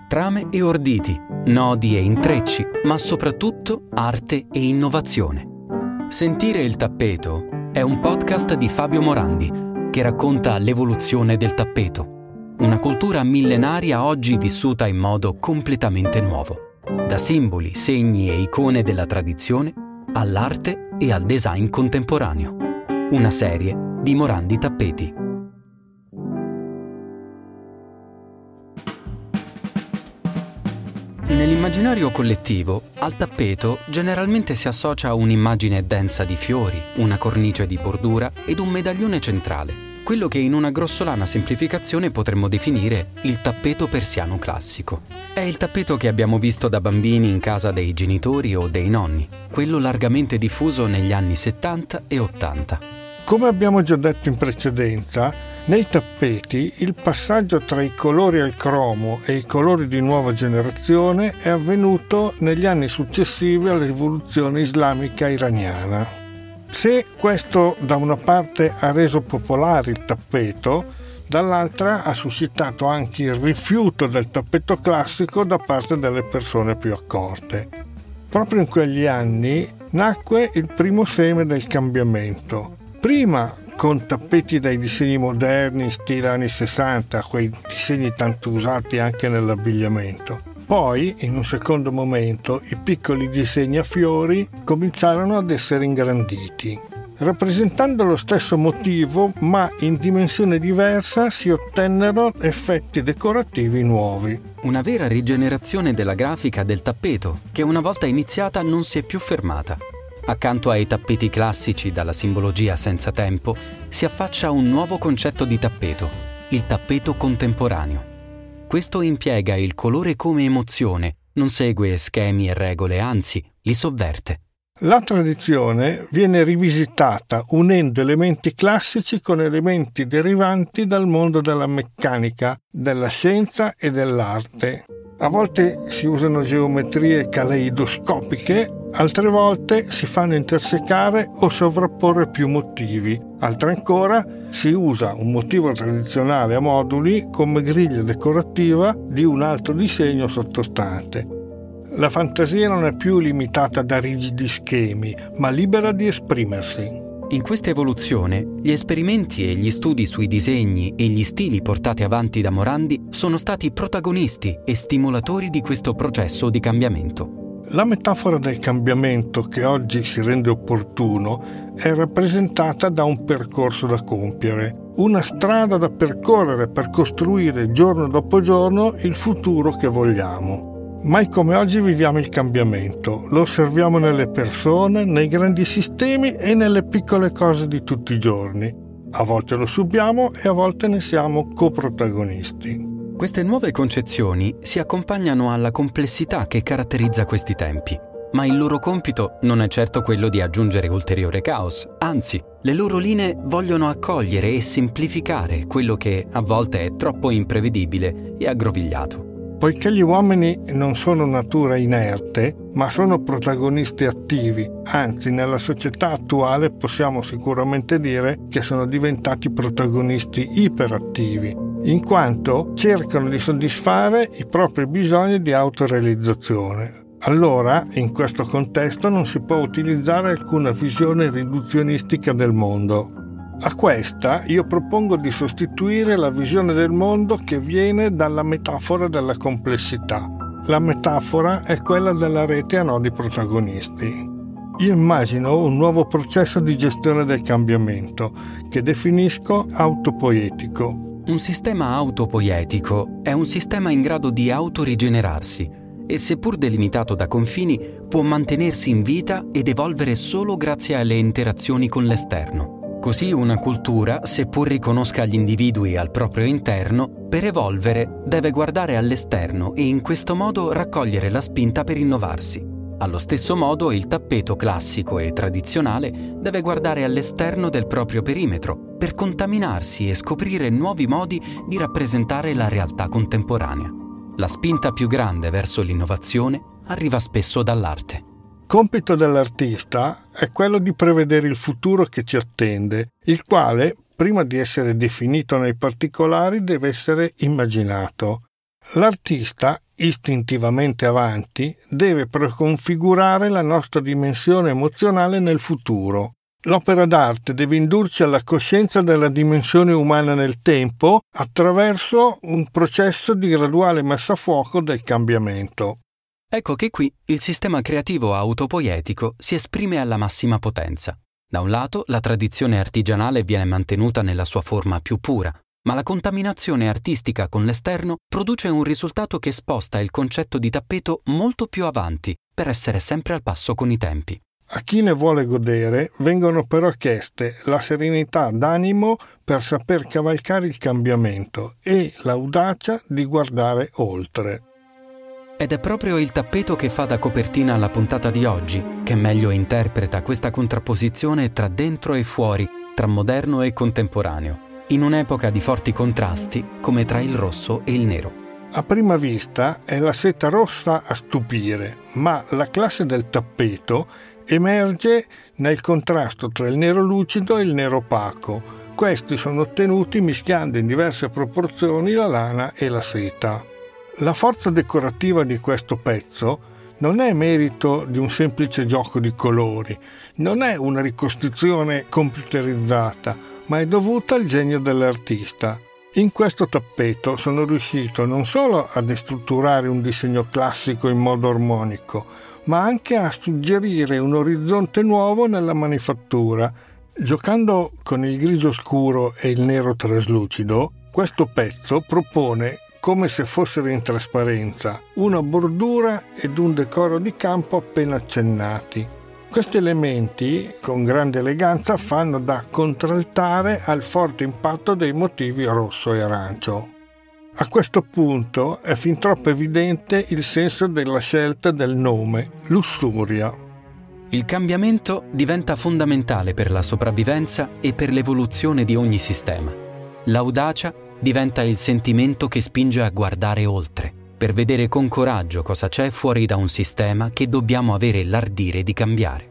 Trame e orditi, nodi e intrecci, ma soprattutto arte e innovazione. Sentire il tappeto è un podcast di Fabio Morandi che racconta l'evoluzione del tappeto, una cultura millenaria oggi vissuta in modo completamente nuovo, da simboli, segni e icone della tradizione all'arte e al design contemporaneo. Una serie di Morandi Tappeti. Nell'immaginario collettivo, al tappeto generalmente si associa un'immagine densa di fiori, una cornice di bordura ed un medaglione centrale, quello che in una grossolana semplificazione potremmo definire il tappeto persiano classico. È il tappeto che abbiamo visto da bambini in casa dei genitori o dei nonni, quello largamente diffuso negli anni 70 e 80. Come abbiamo già detto in precedenza, nei tappeti il passaggio tra i colori al cromo e i colori di nuova generazione è avvenuto negli anni successivi alla rivoluzione islamica iraniana. Se questo da una parte ha reso popolare il tappeto, dall'altra ha suscitato anche il rifiuto del tappeto classico da parte delle persone più accorte. Proprio in quegli anni nacque il primo seme del cambiamento. Prima con tappeti dai disegni moderni, stile anni 60, quei disegni tanto usati anche nell'abbigliamento. Poi, in un secondo momento, i piccoli disegni a fiori cominciarono ad essere ingranditi. Rappresentando lo stesso motivo, ma in dimensione diversa, si ottennero effetti decorativi nuovi. Una vera rigenerazione della grafica del tappeto, che una volta iniziata non si è più fermata. Accanto ai tappeti classici dalla simbologia senza tempo, si affaccia un nuovo concetto di tappeto, il tappeto contemporaneo. Questo impiega il colore come emozione, non segue schemi e regole, anzi, li sovverte. La tradizione viene rivisitata unendo elementi classici con elementi derivanti dal mondo della meccanica, della scienza e dell'arte. A volte si usano geometrie caleidoscopiche, altre volte si fanno intersecare o sovrapporre più motivi, altre ancora si usa un motivo tradizionale a moduli come griglia decorativa di un altro disegno sottostante. La fantasia non è più limitata da rigidi schemi, ma libera di esprimersi. In questa evoluzione, gli esperimenti e gli studi sui disegni e gli stili portati avanti da Morandi sono stati protagonisti e stimolatori di questo processo di cambiamento. La metafora del cambiamento che oggi si rende opportuno è rappresentata da un percorso da compiere, una strada da percorrere per costruire giorno dopo giorno il futuro che vogliamo. Mai come oggi viviamo il cambiamento, lo osserviamo nelle persone, nei grandi sistemi e nelle piccole cose di tutti i giorni. A volte lo subiamo e a volte ne siamo coprotagonisti. Queste nuove concezioni si accompagnano alla complessità che caratterizza questi tempi, ma il loro compito non è certo quello di aggiungere ulteriore caos, anzi, le loro linee vogliono accogliere e semplificare quello che a volte è troppo imprevedibile e aggrovigliato. Poiché gli uomini non sono natura inerte, ma sono protagonisti attivi, anzi nella società attuale possiamo sicuramente dire che sono diventati protagonisti iperattivi, in quanto cercano di soddisfare i propri bisogni di autorealizzazione. Allora, in questo contesto non si può utilizzare alcuna visione riduzionistica del mondo. A questa io propongo di sostituire la visione del mondo che viene dalla metafora della complessità. La metafora è quella della rete a nodi protagonisti. Io immagino un nuovo processo di gestione del cambiamento, che definisco autopoietico. Un sistema autopoietico è un sistema in grado di autorigenerarsi e, seppur delimitato da confini, può mantenersi in vita ed evolvere solo grazie alle interazioni con l'esterno. Così una cultura, seppur riconosca gli individui al proprio interno, per evolvere deve guardare all'esterno e in questo modo raccogliere la spinta per innovarsi. Allo stesso modo il tappeto classico e tradizionale deve guardare all'esterno del proprio perimetro per contaminarsi e scoprire nuovi modi di rappresentare la realtà contemporanea. La spinta più grande verso l'innovazione arriva spesso dall'arte. Compito dell'artista è quello di prevedere il futuro che ci attende, il quale, prima di essere definito nei particolari, deve essere immaginato. L'artista istintivamente avanti, deve preconfigurare la nostra dimensione emozionale nel futuro. L'opera d'arte deve indurci alla coscienza della dimensione umana nel tempo attraverso un processo di graduale messa a fuoco del cambiamento. Ecco che qui il sistema creativo autopoietico si esprime alla massima potenza. Da un lato, la tradizione artigianale viene mantenuta nella sua forma più pura, ma la contaminazione artistica con l'esterno produce un risultato che sposta il concetto di tappeto molto più avanti per essere sempre al passo con i tempi. A chi ne vuole godere vengono però chieste la serenità d'animo per saper cavalcare il cambiamento e l'audacia di guardare oltre. Ed è proprio il tappeto che fa da copertina alla puntata di oggi, che meglio interpreta questa contrapposizione tra dentro e fuori, tra moderno e contemporaneo, in un'epoca di forti contrasti come tra il rosso e il nero. A prima vista è la seta rossa a stupire, ma la classe del tappeto emerge nel contrasto tra il nero lucido e il nero opaco. Questi sono ottenuti mischiando in diverse proporzioni la lana e la seta. La forza decorativa di questo pezzo non è merito di un semplice gioco di colori, non è una ricostruzione computerizzata, ma è dovuta al genio dell'artista. In questo tappeto sono riuscito non solo a destrutturare un disegno classico in modo armonico, ma anche a suggerire un orizzonte nuovo nella manifattura. Giocando con il grigio scuro e il nero traslucido, questo pezzo propone, come se fossero in trasparenza, una bordura ed un decoro di campo appena accennati. Questi elementi, con grande eleganza, fanno da contraltare al forte impatto dei motivi rosso e arancio. A questo punto è fin troppo evidente il senso della scelta del nome, Lussuria. Il cambiamento diventa fondamentale per la sopravvivenza e per l'evoluzione di ogni sistema. L'audacia diventa il sentimento che spinge a guardare oltre, per vedere con coraggio cosa c'è fuori da un sistema che dobbiamo avere l'ardire di cambiare.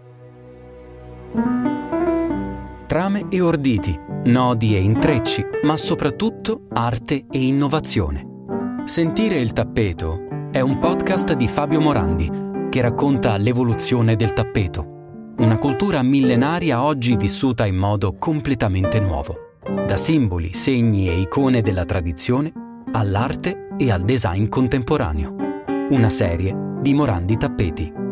Trame e orditi, nodi e intrecci, ma soprattutto arte e innovazione. Sentire il tappeto è un podcast di Fabio Morandi che racconta l'evoluzione del tappeto, una cultura millenaria oggi vissuta in modo completamente nuovo. Da simboli, segni e icone della tradizione all'arte e al design contemporaneo. Una serie di Morandi Tappeti.